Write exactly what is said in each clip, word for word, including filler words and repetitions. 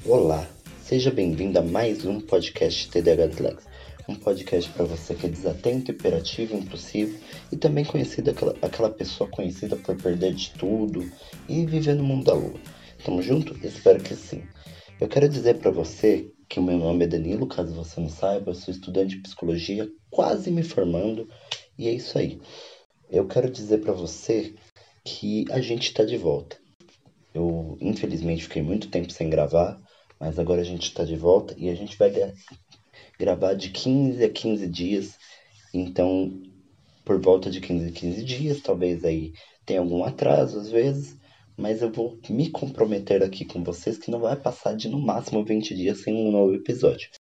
Olá, seja bem-vindo a mais um podcast T D A H Deslexia, um podcast para você que é desatento, hiperativo, impulsivo e também conhecido aquela, aquela pessoa conhecida por perder de tudo e viver no mundo da lua. Tamo junto? Espero que sim. Eu quero dizer para você que o meu nome é Danilo, caso você não saiba, eu sou estudante de psicologia, quase me formando, e é isso aí. Eu quero dizer para você que a gente está de volta. Eu, infelizmente, fiquei muito tempo sem gravar, mas agora a gente está de volta e a gente vai gra- gravar de quinze a quinze dias. Então, por volta de quinze a quinze dias, talvez aí tenha algum atraso às vezes, mas eu vou me comprometer aqui com vocês que não vai passar de no máximo vinte dias sem um novo episódio.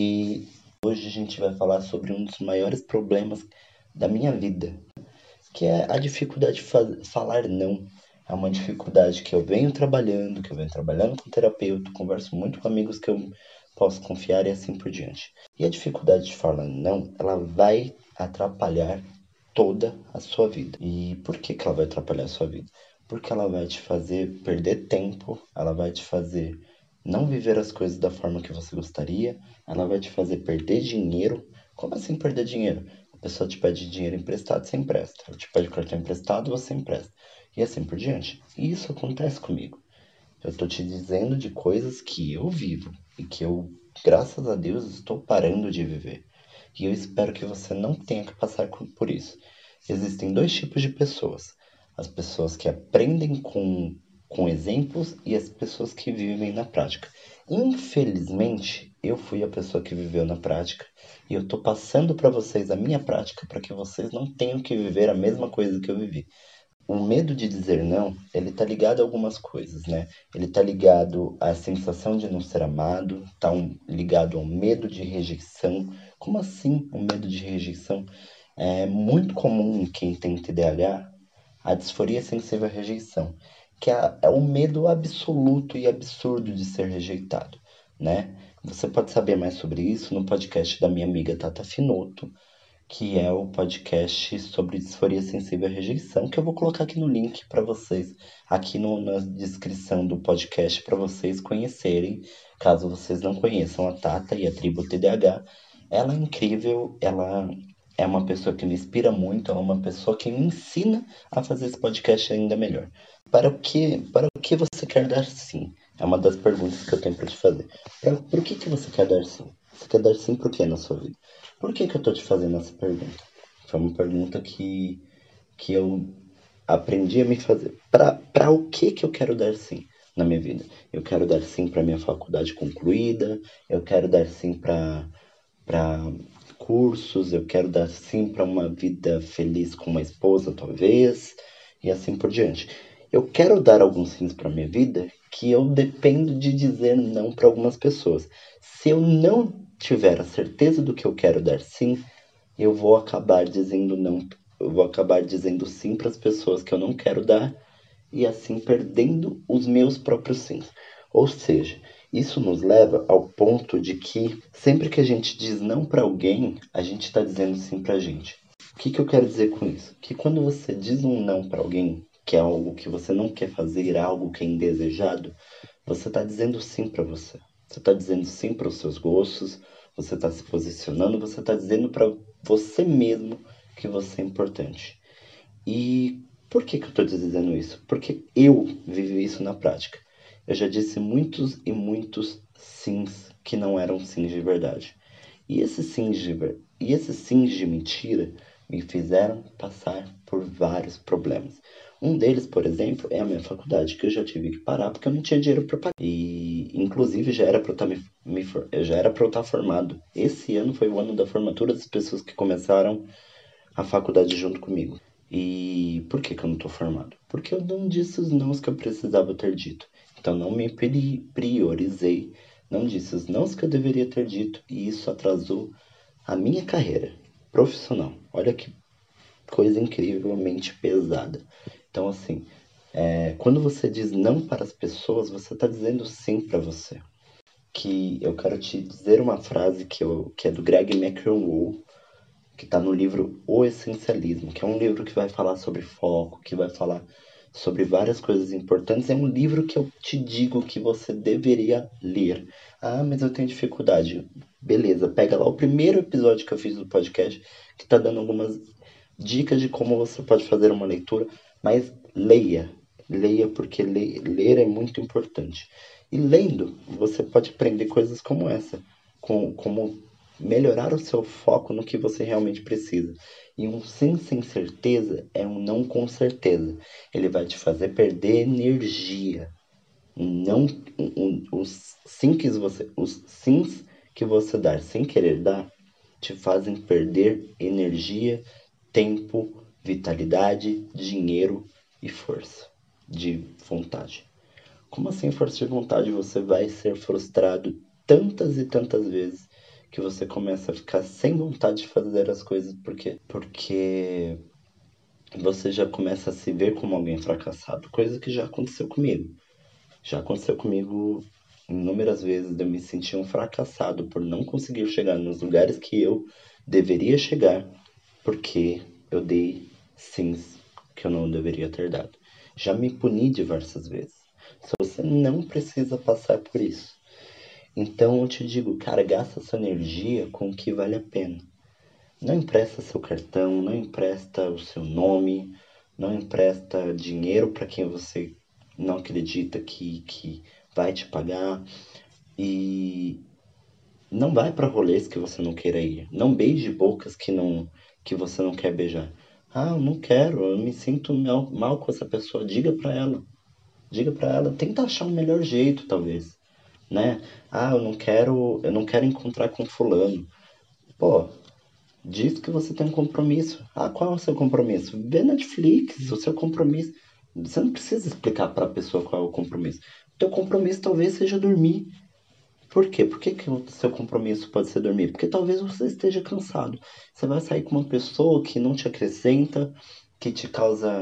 E hoje a gente vai falar sobre um dos maiores problemas da minha vida, que é a dificuldade de fa- falar não. É uma dificuldade que eu venho trabalhando, que eu venho trabalhando com terapeuta, converso muito com amigos que eu posso confiar e assim por diante. E a dificuldade de falar não, ela vai atrapalhar toda a sua vida. E por que que ela vai atrapalhar a sua vida? Porque ela vai te fazer perder tempo, ela vai te fazer não viver as coisas da forma que você gostaria, ela vai te fazer perder dinheiro. Como assim perder dinheiro? A pessoa te pede dinheiro emprestado, você empresta. Ela te pede cartão emprestado, você empresta. E assim por diante. E isso acontece comigo. Eu tô te dizendo de coisas que eu vivo e que eu, graças a Deus, estou parando de viver. E eu espero que você não tenha que passar por isso. Existem dois tipos de pessoas: as pessoas que aprendem com, com exemplos e as pessoas que vivem na prática. Infelizmente, eu fui a pessoa que viveu na prática e eu tô passando para vocês a minha prática para que vocês não tenham que viver a mesma coisa que eu vivi. O medo de dizer não, ele tá ligado a algumas coisas, né? Ele tá ligado à sensação de não ser amado, tá um- ligado ao medo de rejeição. Como assim o medo de rejeição? É muito comum em quem tem T D A H a disforia sensível à rejeição, que é, é o medo absoluto e absurdo de ser rejeitado, né? Você pode saber mais sobre isso no podcast da minha amiga Tata Finoto, que é o podcast sobre disforia sensível à rejeição, que eu vou colocar aqui no link para vocês, aqui no, na descrição do podcast, para vocês conhecerem, caso vocês não conheçam a Tata e a tribo T D A H. Ela é incrível, ela é uma pessoa que me inspira muito, é uma pessoa que me ensina a fazer esse podcast ainda melhor. Para o que, para o que você quer dar sim? É uma das perguntas que eu tenho para te fazer. Para, por que, que você quer dar sim? Você quer dar sim por quê na sua vida? Por que que eu tô te fazendo essa pergunta? Foi uma pergunta que, que eu aprendi a me fazer. Para para o que que eu quero dar sim na minha vida? Eu quero dar sim para minha faculdade concluída, eu quero dar sim para para cursos, eu quero dar sim para uma vida feliz com uma esposa, talvez, e assim por diante. Eu quero dar alguns sims para minha vida que eu dependo de dizer não para algumas pessoas. Se eu não tiver a certeza do que eu quero dar sim, eu vou acabar dizendo não, eu vou acabar dizendo sim para as pessoas que eu não quero dar e assim perdendo os meus próprios sims. Ou seja, isso nos leva ao ponto de que sempre que a gente diz não para alguém, a gente está dizendo sim para a gente. O que, que eu quero dizer com isso? Que quando você diz um não para alguém, que é algo que você não quer fazer, algo que é indesejado, você está dizendo sim para você. Você está dizendo sim para os seus gostos, você está se posicionando, você está dizendo para você mesmo que você é importante. E por que que eu estou dizendo isso? Porque eu vivi isso na prática. Eu já disse muitos e muitos sims que não eram sims de verdade. E esses sims de, ver- e esses sims de mentira me fizeram passar por vários problemas. Um deles, por exemplo, é a minha faculdade, que eu já tive que parar porque eu não tinha dinheiro para pagar. E, inclusive, já era para eu estar me, me for- eu já era para eu estar formado. Esse ano foi o ano da formatura das pessoas que começaram a faculdade junto comigo. E por que que eu não tô formado? Porque eu não disse os nãos que eu precisava ter dito. Então não me pri- priorizei, não disse os nãos que eu deveria ter dito e isso atrasou a minha carreira profissional. Olha que coisa incrivelmente pesada. Então assim, é, quando você diz não para as pessoas, você está dizendo sim para você. Que eu quero te dizer uma frase que, eu, que é do Greg McElroy, que está no livro O Essencialismo, que é um livro que vai falar sobre foco, que vai falar sobre várias coisas importantes. É um livro que eu te digo que você deveria ler. Ah, mas eu tenho dificuldade. Beleza, pega lá o primeiro episódio que eu fiz do podcast, que tá dando algumas dicas de como você pode fazer uma leitura, mas leia. Leia porque le- ler é muito importante. E lendo, você pode aprender coisas como essa, com, como melhorar o seu foco no que você realmente precisa. E um sim sem certeza é um não com certeza. Ele vai te fazer perder energia. Não, um- um- os sim que você, os sims que você dar sem querer dar te fazem perder energia, tempo, vitalidade, dinheiro e força de vontade. Como assim força de vontade? Você vai ser frustrado tantas e tantas vezes que você começa a ficar sem vontade de fazer as coisas. Por quê? Porque você já começa a se ver como alguém fracassado, coisa que já aconteceu comigo. Já aconteceu comigo inúmeras vezes de eu me sentir um fracassado por não conseguir chegar nos lugares que eu deveria chegar, porque eu dei sims que eu não deveria ter dado. Já me puni diversas vezes. Só você não precisa passar por isso. Então eu te digo, cara, gasta sua energia com o que vale a pena. Não empresta seu cartão, não empresta o seu nome, não empresta dinheiro para quem você não acredita que, que vai te pagar. E não vai para rolês que você não queira ir. Não beije bocas que não que você não quer beijar. Ah, eu não quero, eu me sinto mal, mal com essa pessoa. Diga para ela. Diga para ela, tenta achar um melhor jeito, talvez, né? Ah, eu não quero, eu não quero encontrar com fulano. Pô, diz que você tem um compromisso. Ah, qual é o seu compromisso? Vê Netflix, o seu compromisso. Você não precisa explicar para a pessoa qual é o compromisso. O teu compromisso talvez seja dormir. Por quê? Por que, que o seu compromisso pode ser dormir? Porque talvez você esteja cansado. Você vai sair com uma pessoa que não te acrescenta, que te causa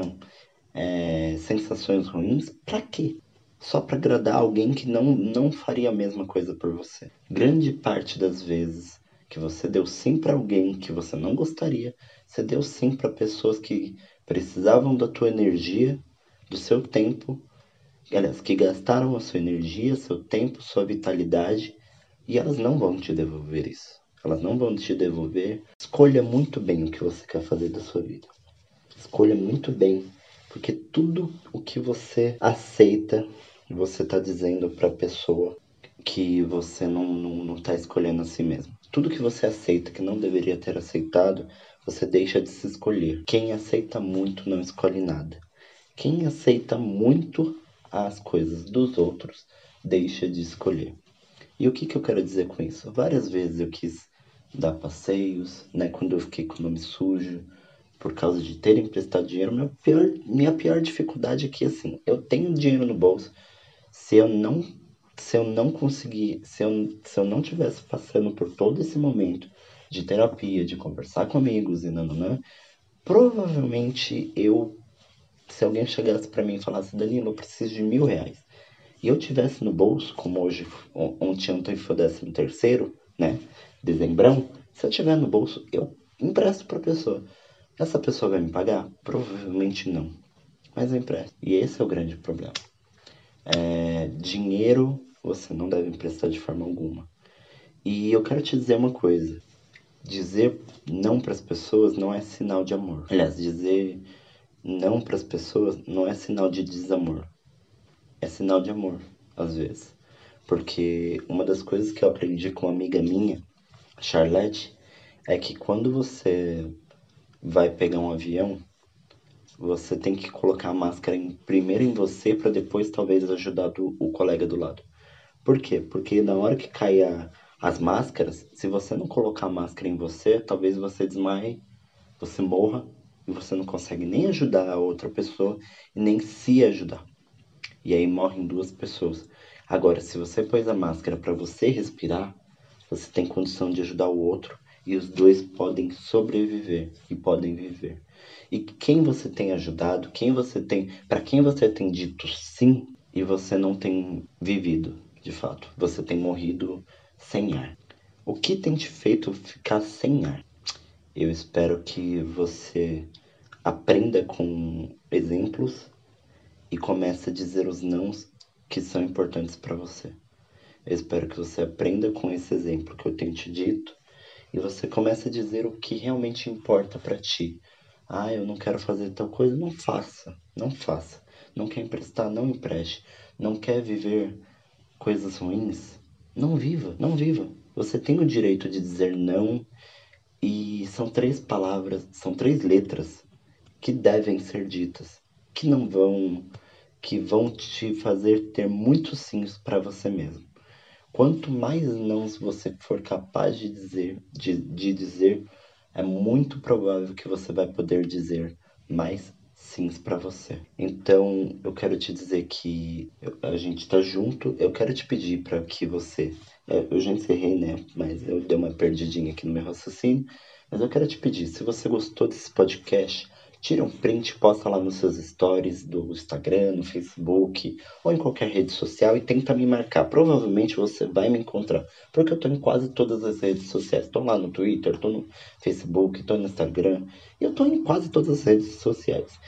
é, sensações ruins. Pra quê? Só para agradar alguém que não, não faria a mesma coisa por você. Grande parte das vezes que você deu sim para alguém que você não gostaria, você deu sim para pessoas que precisavam da tua energia, do seu tempo, aliás, que gastaram a sua energia, seu tempo, sua vitalidade, e elas não vão te devolver isso. Elas não vão te devolver. Escolha muito bem o que você quer fazer da sua vida. Escolha muito bem, porque tudo o que você aceita, você está dizendo para a pessoa que você não, não, não tá escolhendo a si mesmo. Tudo que você aceita que não deveria ter aceitado, você deixa de se escolher. Quem aceita muito não escolhe nada. Quem aceita muito as coisas dos outros, deixa de escolher. E o que, que eu quero dizer com isso? Várias vezes eu quis dar passeios, né? Quando eu fiquei com o nome sujo, por causa de ter emprestado dinheiro, minha pior, minha pior dificuldade é que, assim, eu tenho dinheiro no bolso, se eu não, se eu não conseguir, se eu, se eu não tivesse passando por todo esse momento de terapia, de conversar com amigos e nananã, provavelmente eu, se alguém chegasse para mim e falasse, Danilo, eu preciso de mil reais, e eu tivesse no bolso, como hoje, ontem, ontem foi o décimo terceiro, né, dezembrão, se eu tiver no bolso, eu empresto para a pessoa. Essa pessoa vai me pagar? Provavelmente não, mas eu empresto. E esse é o grande problema. É, dinheiro você não deve emprestar de forma alguma. E eu quero te dizer uma coisa. Dizer não para as pessoas não é sinal de amor. Aliás, dizer não para as pessoas não é sinal de desamor. É sinal de amor, às vezes. Porque uma das coisas que eu aprendi com uma amiga minha, Charlotte, é que quando você vai pegar um avião, você tem que colocar a máscara em, primeiro em você para depois talvez ajudar do, o colega do lado. Por quê? Porque na hora que cair a- as máscaras, se você não colocar a máscara em você, talvez você desmaie, você morra e você não consegue nem ajudar a outra pessoa e nem se ajudar. E aí morrem duas pessoas. Agora, se você pôs a máscara para você respirar, você tem condição de ajudar o outro e os dois podem sobreviver e podem viver. E quem você tem ajudado, quem você tem, para quem você tem dito sim e você não tem vivido, de fato, você tem morrido sem ar. O que tem te feito ficar sem ar? Eu espero que você aprenda com exemplos e comece a dizer os nãos que são importantes para você. Eu espero que você aprenda com esse exemplo que eu tenho te dito e você comece a dizer o que realmente importa para ti. Ah, eu não quero fazer tal coisa, não faça, não faça. Não quer emprestar, não empreste. Não quer viver coisas ruins, não viva, não viva. Você tem o direito de dizer não e são três palavras, são três letras que devem ser ditas, que não vão, que vão te fazer ter muitos sims para você mesmo. Quanto mais nãos você for capaz de dizer, de, de dizer, é muito provável que você vai poder dizer mais sims para você. Então, eu quero te dizer que eu- a gente tá junto. Eu quero te pedir para que você, é, eu já encerrei, né? Mas eu dei uma perdidinha aqui no meu raciocínio. Mas eu quero te pedir, se você gostou desse podcast, tira um print, posta lá nos seus stories do Instagram, no Facebook ou em qualquer rede social e tenta me marcar. Provavelmente você vai me encontrar, porque eu tô em quase todas as redes sociais. Tô lá no Twitter, tô no Facebook, tô no Instagram, e eu tô em quase todas as redes sociais.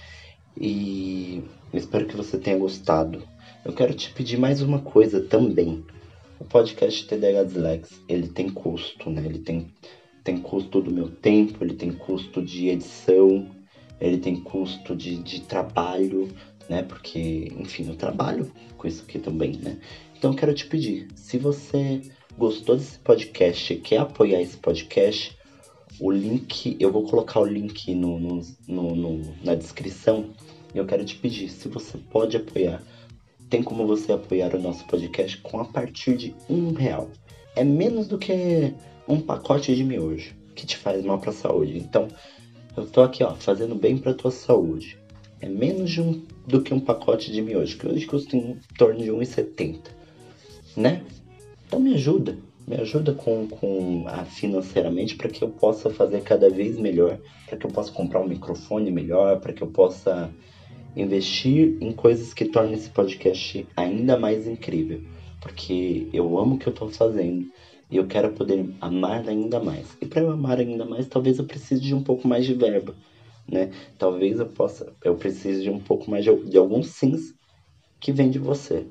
E eu espero que você tenha gostado. Eu quero te pedir mais uma coisa também. O podcast T D A H Deslax, ele tem custo, né? Ele tem, tem custo do meu tempo, ele tem custo de edição, ele tem custo de, de trabalho, né? Porque, enfim, eu trabalho com isso aqui também, né? Então eu quero te pedir, se você gostou desse podcast e quer apoiar esse podcast, o link, eu vou colocar o link no, no, no, no- na descrição. E eu quero te pedir, se você pode apoiar, tem como você apoiar o nosso podcast com a partir de um real. É menos do que um pacote de miojo, que te faz mal para a saúde. Então, eu tô aqui, ó, fazendo bem para tua saúde. É menos de um, do que um pacote de miojo, que hoje custa em torno de um e setenta, né? Então me ajuda, me ajuda com, com a financeiramente para que eu possa fazer cada vez melhor, para que eu possa comprar um microfone melhor, para que eu possa investir em coisas que tornem esse podcast ainda mais incrível, porque eu amo o que eu estou fazendo e eu quero poder amar ainda mais. E para eu amar ainda mais, talvez eu precise de um pouco mais de verba, né? Talvez eu possa, eu precise de um pouco mais de, de alguns sims que vem de você.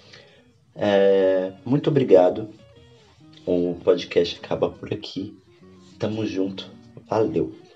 É, muito obrigado. O podcast acaba por aqui. Tamo junto. Valeu.